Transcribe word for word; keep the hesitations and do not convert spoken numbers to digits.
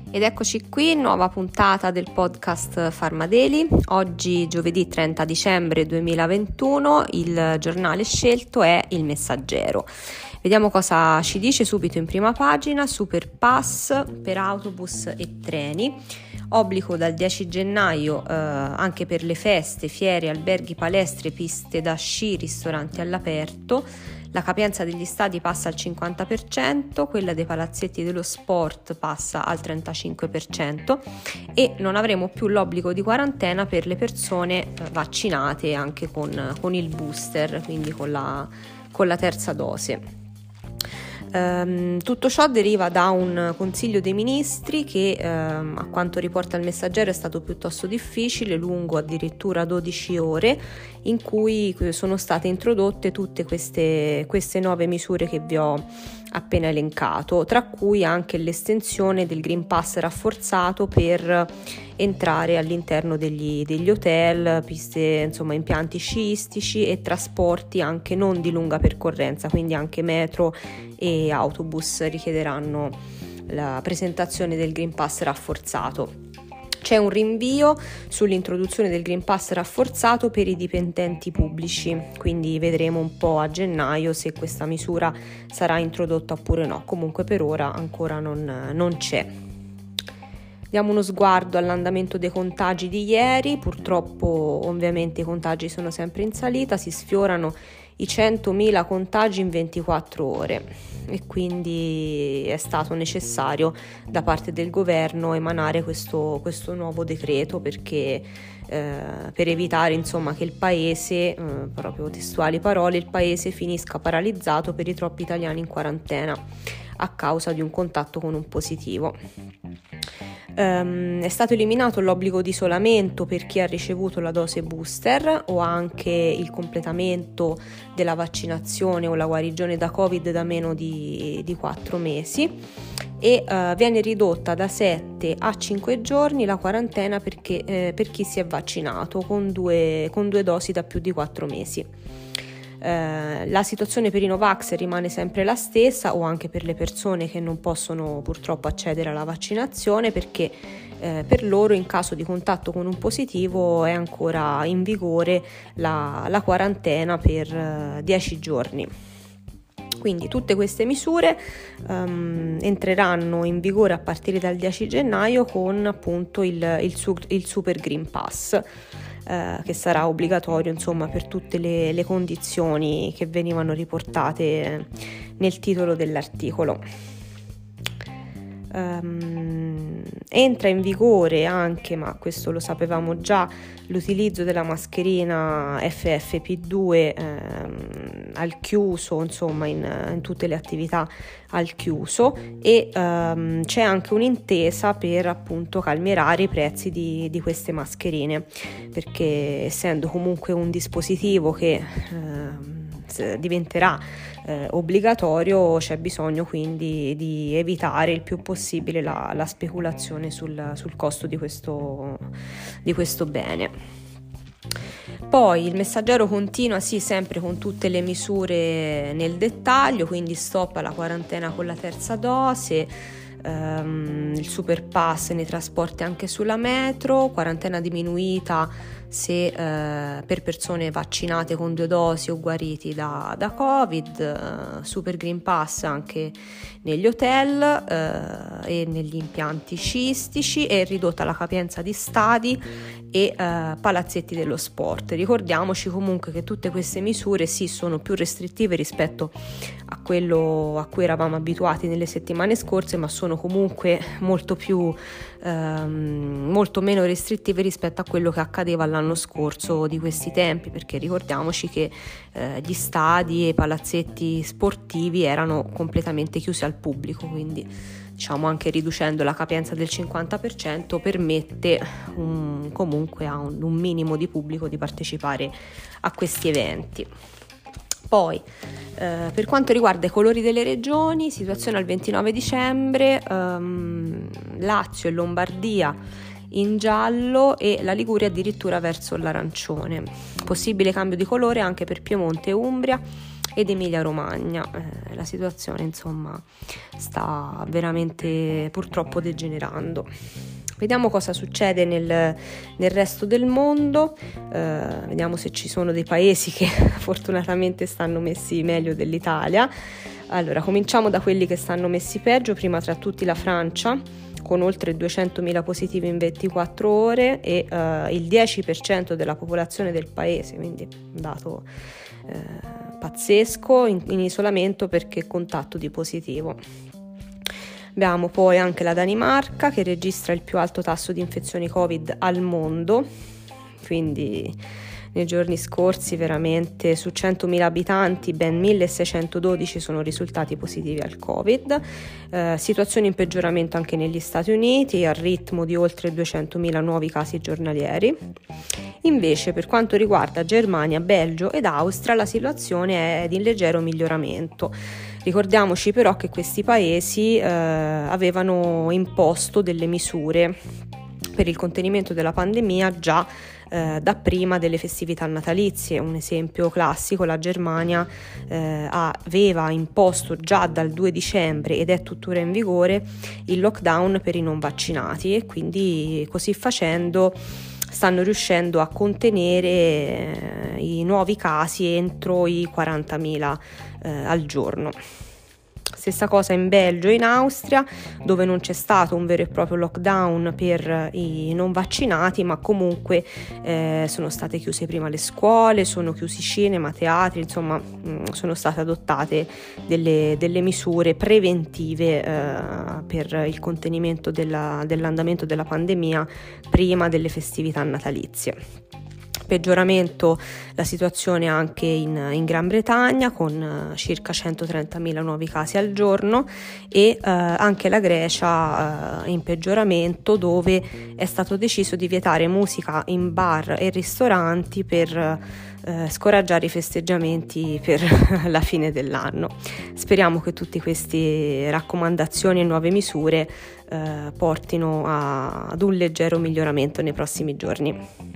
Ed eccoci qui, nuova puntata del podcast Pharma-Daily. Oggi giovedì trenta dicembre duemilaventuno, il giornale scelto è Il Messaggero. Vediamo cosa ci dice subito in prima pagina. Super pass per autobus e treni, obbligo dal dieci gennaio eh, anche per le feste, fiere, alberghi, palestre, piste da sci, ristoranti all'aperto. La capienza degli stadi passa al cinquanta per cento, quella dei palazzetti dello sport passa al trentacinque per cento e non avremo più l'obbligo di quarantena per le persone vaccinate anche con, con il booster, quindi con la, con la terza dose. Um, tutto ciò deriva da un Consiglio dei Ministri che um, a quanto riporta il Messaggero è stato piuttosto difficile, lungo addirittura dodici ore, in cui sono state introdotte tutte queste, queste nuove misure che vi ho appena elencato, tra cui anche l'estensione del Green Pass rafforzato per entrare all'interno degli, degli hotel, piste, insomma impianti sciistici e trasporti anche non di lunga percorrenza, quindi anche metro e autobus richiederanno la presentazione del Green Pass rafforzato. C'è un rinvio sull'introduzione del Green Pass rafforzato per i dipendenti pubblici, quindi vedremo un po' a gennaio se questa misura sarà introdotta oppure no. Comunque per ora ancora non, non c'è. Diamo uno sguardo all'andamento dei contagi di ieri. Purtroppo ovviamente i contagi sono sempre in salita, si sfiorano i centomila contagi in ventiquattro ore e quindi è stato necessario da parte del governo emanare questo, questo nuovo decreto perché eh, per evitare insomma che il paese, eh, proprio testuali parole, il paese finisca paralizzato per i troppi italiani in quarantena a causa di un contatto con un positivo. Um, è stato eliminato l'obbligo di isolamento per chi ha ricevuto la dose booster o anche il completamento della vaccinazione o la guarigione da Covid da meno di, di quattro mesi e uh, viene ridotta da sette a cinque giorni la quarantena perché, eh, per chi si è vaccinato con due, con due dosi da più di quattro mesi. Uh, la situazione per i Novax rimane sempre la stessa o anche per le persone che non possono purtroppo accedere alla vaccinazione perché uh, per loro in caso di contatto con un positivo è ancora in vigore la, la quarantena per uh, dieci giorni. Quindi tutte queste misure um, entreranno in vigore a partire dal dieci gennaio con appunto il, il, il Super Green Pass. Uh, che sarà obbligatorio insomma per tutte le, le condizioni che venivano riportate nel titolo dell'articolo. Um, entra in vigore anche, ma questo lo sapevamo già, l'utilizzo della mascherina F F P due um, al chiuso, insomma in, in tutte le attività al chiuso e um, c'è anche un'intesa per appunto calmierare i prezzi di, di queste mascherine perché essendo comunque un dispositivo che uh, diventerà eh, obbligatorio c'è bisogno quindi di evitare il più possibile la, la speculazione sul, sul costo di questo, di questo bene. Poi il Messaggero continua sì sempre con tutte le misure nel dettaglio, quindi stop alla quarantena con la terza dose, ehm, il super pass nei trasporti anche sulla metro, quarantena diminuita se eh, per persone vaccinate con due dosi o guariti da, da Covid, eh, super Green Pass anche negli hotel eh, e negli impianti sciistici e ridotta la capienza di stadi e eh, palazzetti dello sport. Ricordiamoci comunque che tutte queste misure sì sono più restrittive rispetto a quello a cui eravamo abituati nelle settimane scorse, ma sono comunque molto più ehm, molto meno restrittive rispetto a quello che accadeva l'anno scorso di questi tempi, perché ricordiamoci che eh, gli stadi e i palazzetti sportivi erano completamente chiusi al pubblico, quindi diciamo anche riducendo la capienza del cinquanta per cento permette un, comunque a un, un minimo di pubblico di partecipare a questi eventi. Poi eh, per quanto riguarda i colori delle regioni, situazione al ventinove dicembre, ehm, Lazio e Lombardia in giallo e la Liguria addirittura verso l'arancione. Possibile cambio di colore anche per Piemonte e Umbria ed Emilia Romagna. Eh, la situazione insomma sta veramente purtroppo degenerando. Vediamo cosa succede nel, nel resto del mondo, eh, vediamo se ci sono dei paesi che fortunatamente stanno messi meglio dell'Italia. Allora, cominciamo da quelli che stanno messi peggio, prima tra tutti la Francia, con oltre duecentomila positivi in ventiquattro ore e eh, il dieci per cento della popolazione del paese, quindi un dato eh, pazzesco, in, in isolamento perché contatto di positivo. Abbiamo poi anche la Danimarca che registra il più alto tasso di infezioni Covid al mondo, quindi nei giorni scorsi veramente su centomila abitanti ben milleseicentododici sono risultati positivi al Covid, eh, situazione in peggioramento anche negli Stati Uniti al ritmo di oltre duecentomila nuovi casi giornalieri. Invece per quanto riguarda Germania, Belgio ed Austria la situazione è di leggero miglioramento. Ricordiamoci però che questi paesi eh, avevano imposto delle misure per il contenimento della pandemia già eh, da prima delle festività natalizie. Un esempio classico: la Germania eh, aveva imposto già dal due dicembre ed è tuttora in vigore il lockdown per i non vaccinati e quindi così facendo stanno riuscendo a contenere eh, i nuovi casi entro i quarantamila eh, al giorno. Stessa cosa in Belgio e in Austria, dove non c'è stato un vero e proprio lockdown per i non vaccinati, ma comunque eh, sono state chiuse prima le scuole, sono chiusi cinema, teatri, insomma mh, sono state adottate delle, delle misure preventive eh, per il contenimento della, dell'andamento della pandemia prima delle festività natalizie. Peggioramento la situazione anche in, in Gran Bretagna con uh, circa centotrentamila nuovi casi al giorno e uh, anche la Grecia uh, in peggioramento, dove è stato deciso di vietare musica in bar e ristoranti per uh, scoraggiare i festeggiamenti per la fine dell'anno. Speriamo che tutte queste raccomandazioni e nuove misure uh, portino a, ad un leggero miglioramento nei prossimi giorni.